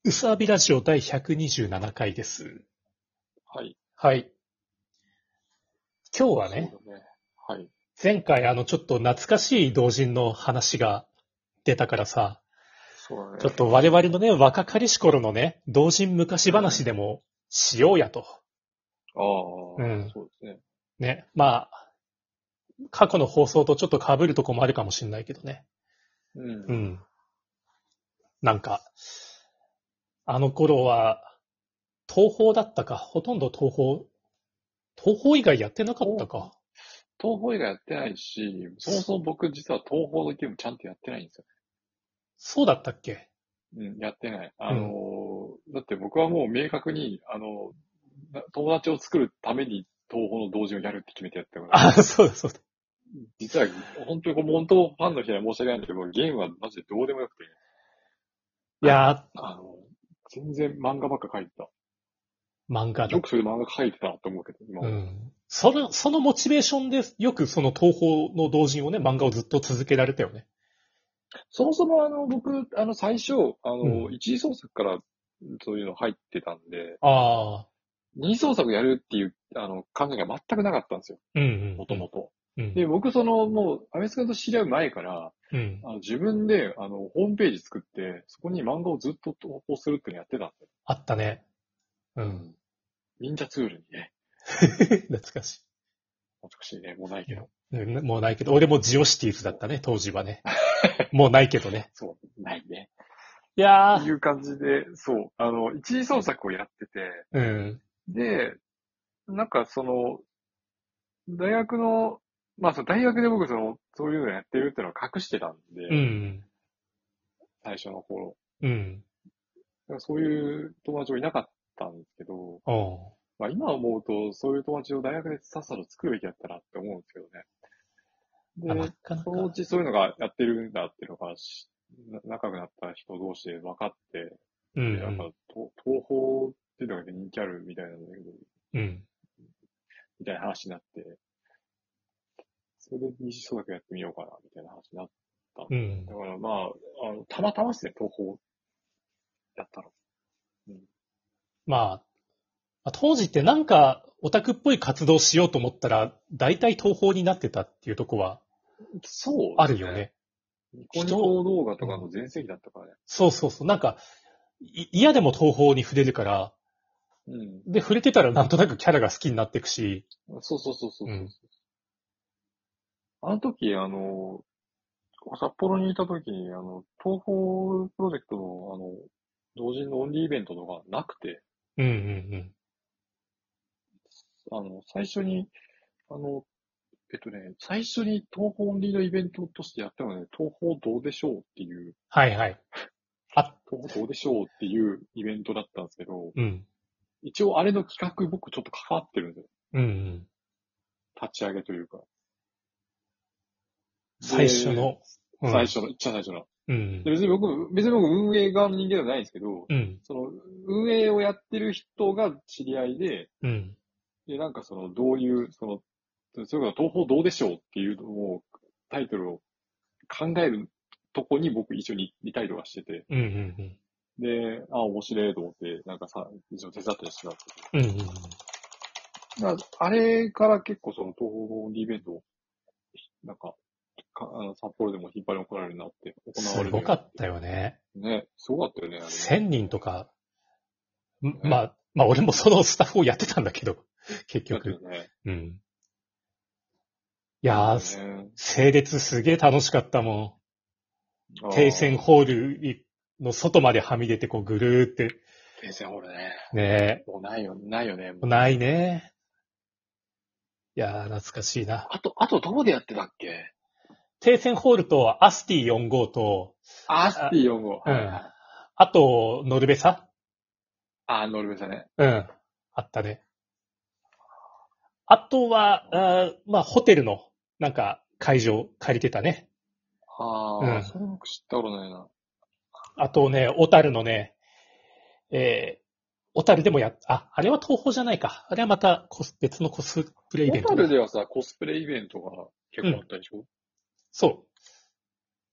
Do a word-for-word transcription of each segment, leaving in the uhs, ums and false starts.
うさわびラジオ第ひゃくにじゅうななかいです。 はい。 はい。今日はね、 そうだね。はい。 前回あのちょっと懐かしい同人の話が出たからさ、 そうだね。 ちょっと我々のね、若かりし頃のね、同人昔うん。 話でもしようやと。 ああ、 うん。 そうですね。 ね。まあ、過去の放送とちょっと被るとこもあるかもしれないけどね。 うん。 うん。なんか、あの頃は、東宝だったか、ほとんど東宝、東宝以外やってなかった東、 か。 東宝以外やってないし、そもそも僕実は東宝のゲームちゃんとやってないんですよ。 そうだったっけ？ うん、やってない。あのうん。 ーだって僕はもう明確に、あのーな友達を作るために東宝の同人をやるって決めてやったから、 あ、そうだそうだ。 実は本当にこう本当ファンの人には申し訳ないんだけど、ゲームはマジでどうでもよくて、 いやあの全然漫画ばっか描いてた。 ー、漫画だ。 よくそれで漫画描いてたなと思うけど、今思うと。 うん。その、そのモチベーションで、よくその東宝の同人をね、漫画をずっと続けられたよね。 そもそもあの、僕、あの、最初、あの、 うん。 一次創作からそういうの入ってたんで、 ああ、 二次創作やるっていう、あの、考えが全くなかったんですよ。 うんうんうん。 もともと。 うん。 で、僕、その、もう、アメスカと知り合う前から、 うん。 あの、自分で、あの、ホームページ作って、そこに漫画をずっと投稿するっていうのやってたんですよ。 あったね。うん。 うん。忍者ツールにね。 懐かし懐かしいね。もうないい。 けど。 うん、もうないけど、俺もジオシティーズだったね、当時はね。もうないけどね。 そう、ないね。 いやー、 っていう感じで、そう、あの、一次創作をやってて、 うん。 で、なんかその、大学の、まあ、その大学で僕、その、そういうのやってるっていうのは隠してたんうで、 ん。 最初の頃。 うん。 だからそういう友達はいなかったんですけど、 おう。 まあ、今思うと、そういう友達を大学でさっさと作るべきだったなって思うんですけどあ、なね。で、 かなそのうか。 ちそういうのがやってるんだっていうのがし、な仲良くなった人同士で分かって、 うんうで、なんか、 ん。 と東宝っていうのが人気あるみたいなんだけど、 うん。 みたいな話になって、それで二次創作やってみようかな、みたいな話になったんで。 うん。 だからまあ、あの、たまたまですね、東宝やったの。うん。 まあ、まあ当時ってなんかオタクっぽい活動しようと思ったら、大体東宝になってたっていうとこはそうですね。 あるよね。 ニコニ人、 コ動画とかうん、 の全盛期だったからね。 そうそうそう。なんか、い嫌でも東宝に触れるから、 うん。 で、触れてたらなんとなくキャラが好きになっていくし、 そうそうそうそうそう。 うん。 あの時、あの、札幌にいた時に、あの、東宝プロジェクトの、あの、同人のオンリーイベントとかなくて、 うんうんあの、最初に、あの、えっとね、最初に東宝オンリーのイベントとしてやったのはね、東宝どうでしょうっていう、 はいはい。あ、 東宝どうでしょうっていうイベントだったんですけど、 うん。 一応あれの企画僕ちょっと関わってるんですよ。 うんうん。 立ち上げというか。 最初で、 の、うん。 最初の、一番最初の。 うんで別に僕、別に僕運営側の人間ではないんですけど、 うん。 その、運営をやってる人が知り合いで、 うん。 で、なんかその、どういう、その、それこそ東宝どうでしょうっていうのを、タイトルを考えるとこに僕一緒にいたりとかしてて、 うんうんで、あ、面白いと思って、なんかさ、一応手伝ったりしてたんですうん。うんうんうん。 けど、だからあれから結構その東宝のイベント、なんか、かあの札幌でも頻繁に行われるようになって、行わすれるようになっごかったよね。 て。ね、すごかったよね、あれね。 千人とか、んまね、 あ、まあ俺もそのスタッフをやってたんだけど、結だって局。 ね、 うん。いそうだやー、すよね。 整列すげえ楽しかったもあん。停戦あ、 ホールの外まではみ出てこうぐるーって。 訂正ホールね。 ねもうないよ、ないよね、もえ、 うないね。 ね。いやー、懐かしいな。 あと、あとどこでやってたっけ？ 停戦ホールとアスティよんじゅうごと、 アステあ、 ィよん号。 うん。 はいはい。 あと、ノルベサあ、ノルベサね。 うん。あったね。あとは、あまあ、ホテルの、なんか、会場借りてたね。うああ、 ん。 それ僕知ったことないな。 あとね、小樽のね、えー、小樽でもや、あ、あれは東宝じゃないか。あれはまたコス、別のコスプレイベ小ントだ。 樽ではさ、コスプレイベントが結うん。 構あったでしょ？ そ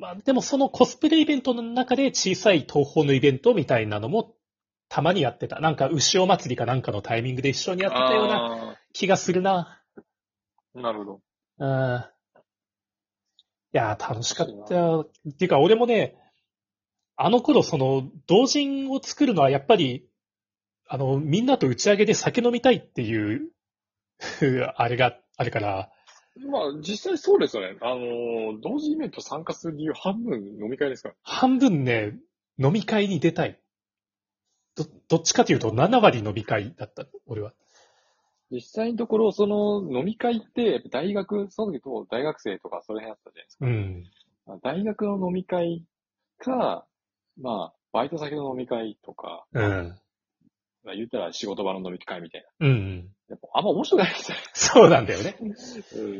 まあでもそのコスプレイベントの中で小さい東宝のイベントみたいなのもたまにやってた。なんか牛尾祭りかなんかのタイミングで一緒にやってたようなあ気がするな。 あ、なるほど。 うん。いやー、楽しかったよ。っていうか俺もね、あの頃その同人を作るのはやっぱり、あの、みんなと打ち上げで酒飲みたいっていうあれがあるから、 まあ、実際そうですよね。あのー、同時イベント参加する理由半分飲み会ですから。 半分ね、飲み会に出たい。ど、どっちかというとなな割飲み会だった、俺は。 実際のところ、その飲み会って、大学、その時と大学生とかその辺だったじゃないですか。 うん。 まあ大学の飲み会か、まあ、バイト先の飲み会とか、 うん。 まあ、言ったら仕事場の飲み会みたいうんうん。 な。やっぱあんま面白くないですよね。 そうなんだよね。 うん。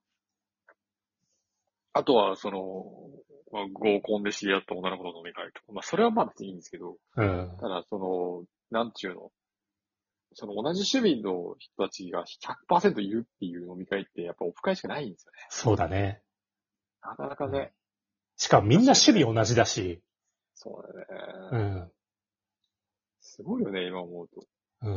あとは、その、まあ、合コンで知り合った女の子の飲み会とか、まあ、それはまあ別にいいんですけど、 うん。 ただ、その、なんちゅうの、その同じ趣味の人たちがひゃくパーセントいるっていう飲み会って、やっぱオフ会しかないんですよね。 そうだね。 なかなかうんね。 しかもみんな趣味同じだし。 そうだうよね。 ん。 すごいよね、今思うと。 うん。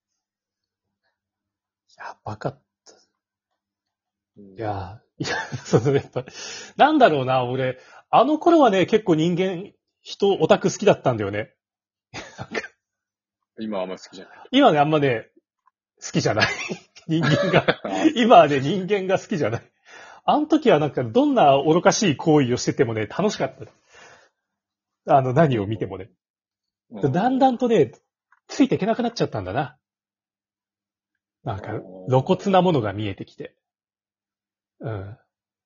やばかった。 うん、 いやー、いや、そのやっぱ、なんだろうな、俺、あの頃はね、結構人間、人、オタク好きだったんだよね。 今はあんま好きじゃない。 今ね、あんまね、好きじゃない。人間が、今はね、人間が好きじゃない。あの時はなんか、どんな愚かしい行為をしててもね、楽しかった。あの、何を見てもね。 うん、 だんだんとね、ついていけなくなっちゃったんだな。なんか、露骨なものが見えてきて。うん。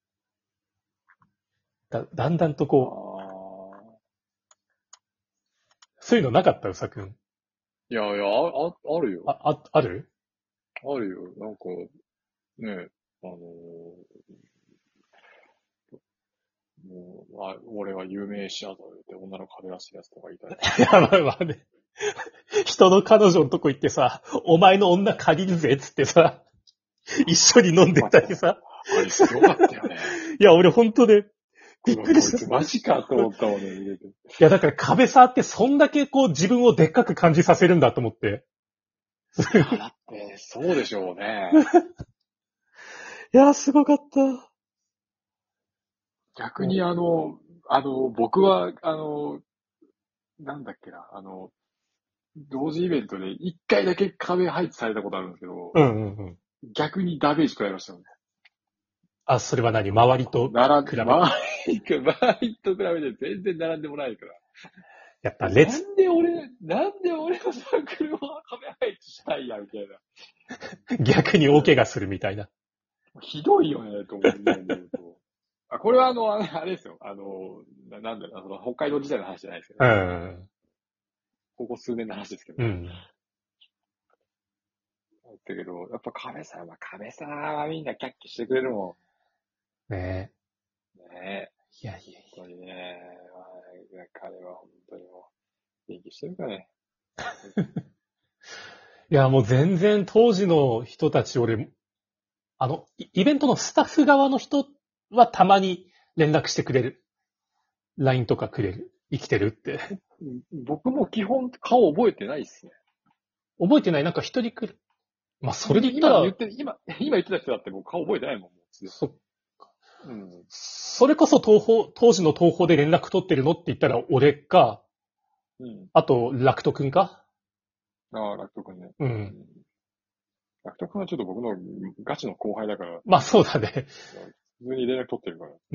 だ、だんだんとこう、そういうのなかったうさくん。 いやいや、あ、ああるよ。 あ、あ、あるあるよ。なんか、ね、あのーもう、あ、俺は有名視やぞって女の子はべらしてるやつとかいたり。 やばいわね。人の彼女のとこ行ってさ、お前の女借りるぜっつってさ、一緒に飲んでたりさ。 あれすごかったよね。 いや、俺ほんとね、びっくりした。 こいつマジかと思ったもんね、見てて。 いや、だから壁触ってそんだけこう自分をでっかく感じさせるんだと思って。 いや、だって、そうでしょうね。 いや、すごかった。 逆にあの、あの、僕は、あの、なんだっけな、あの、同時イベントで一回だけ壁配置されたことあるんですけど、 うんうんうん。 逆にダメージ食らいましたよね。 あ、それは何周りと並んで、 比べて。 周りと、周りと比べて全然並んでもないから。 やっぱな列、 んで俺、なんで俺のサークルは壁配置したいや、みたいな。 逆に大怪我するみたいな。 ひどいよね、と思う思うと。あ、これはあの、ああれですよ。あの、ななんだろうな、その北海道時代の話じゃないですけど、 うね、 ん。 ここ数年の話ですけど。 うん。 だけど、やっぱ壁さんは、壁さんはみんなキャッキしてくれるもねん。ねえ。 え。いやいやい本当にね、まあ、彼は本当にもう、元気してるかね。 や。いや、もう全然当時の人たち、俺、あの、イイベントのスタッフ側の人はたまに連絡してくれる。ライン とかくれる。生きてるって。 僕も基本顔覚えてないっすね。 覚えてない？なんか一人来る。まあ、それで言ったら、 今言って、今、今言ってた人だって僕顔覚えてないもん、もう。 そ、 うん。 それこそ東宝、当時の東宝で連絡取ってるのって言ったら俺か、 うん。 あと、ラクトくんかああ、楽徳ね。 う。 うんん。楽徳はちょっと僕のガチの後輩だから、 まあそうだね。 普通に連絡取ってるから。 うん。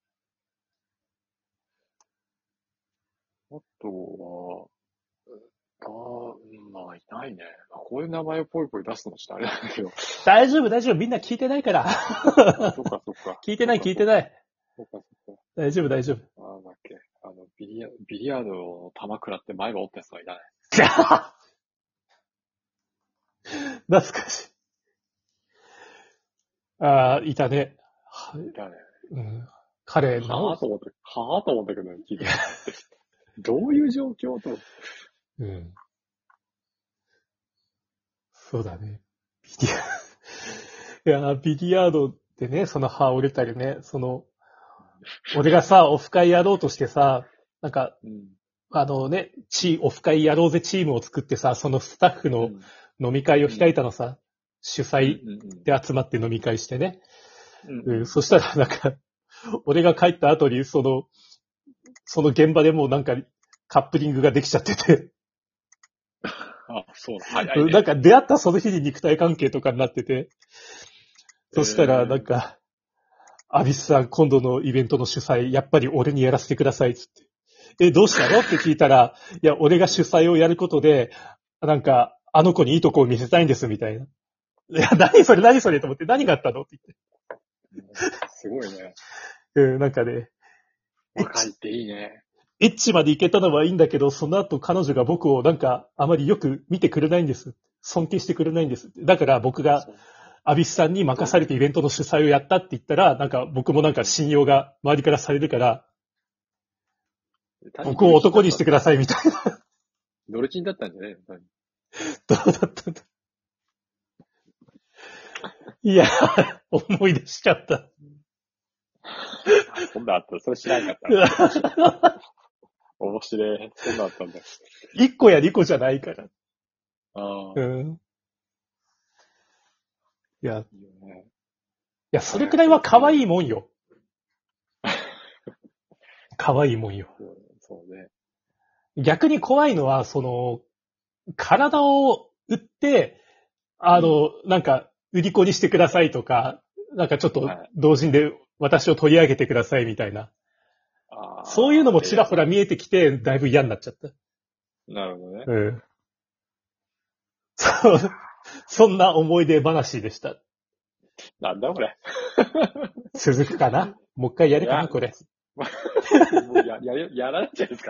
あとは、ああ、うんまあ、いないね。こういう名前をポイポイ出すのもちょっとあれなんだけど。 大丈夫、大丈夫。みんな聞いてないから。 あ、そっかそっか。 聞いてない、聞いてい。 ない。 そっかそっか。 大丈夫、大丈夫。 あなんだっけ。あの、ビリヤ、ビリヤードの球食らって前歯折ったやつはいない。 懐かしい。ああ、いたね。 いたね。 うん、彼、なはぁと思った。はぁと思ったけど、聞いて。どういう状況と思って。 うん。そうだね。ビリヤ、いやー、ビリヤードでね、その歯折れたりね、その、 俺がさ、オフ会やろうとしてさ、なんか、 うん。 あのね、チオフ会やろうぜチームを作ってさ、そのスタッフの飲み会を開いたのさ、主催うんうんで集まって飲み会してね。 うんうん、そしたらなんか、俺が帰った後に、その、その現場でもうなんか、カップリングができちゃってて、 あ、そうだ。早いね。 なんか出会ったその日に肉体関係とかになってて、そしたらなんか、アビスさん今度のイベントの主催、やっぱり俺にやらせてくださいっつって。え、どうしたのって聞いたら、いや、俺が主催をやることで、なんか、あの子にいいとこを見せたいんですみたいな。いや、何それ何それと思って、何があったのってうんすごいね。 言って。うん、なんかね、 若いっていいね。 エッチまで行けたのはいいんだけど、その後彼女が僕をなんか、あまりよく見てくれないんです。尊敬してくれないんです。だから僕がそうアビスさんに任されてイベントの主催をやったって言ったら、なんか僕もなんか信用が周りからされるから、僕を男にしてくださいみたいな。 ドルチンだったんじゃないの？ どうだったんだ。いや、思い出しちゃった。 あ、そんなあった。それ知らなかった。面白い。そんなあったんだ。 一個や二個じゃないから。 ああ。 うん。いや、いいいよね。 や、それくらいは可愛いもんよ。可愛いもんよ。 そうそうね。 逆に怖いのは、その、体を売って、あの、なんか、売り子にしてくださいとか、なんかちょっとはい同人で私を取り上げてくださいみたいな。 ああ。 そういうのもちらほら見えてきて、だいぶ嫌になっちゃった。 なるほどね。 うん。そう、そんな思い出話でした。 なんだこれ。 続くかな？もう一回やるかいやなこれ。 もうや、や、やらないんじゃないですか。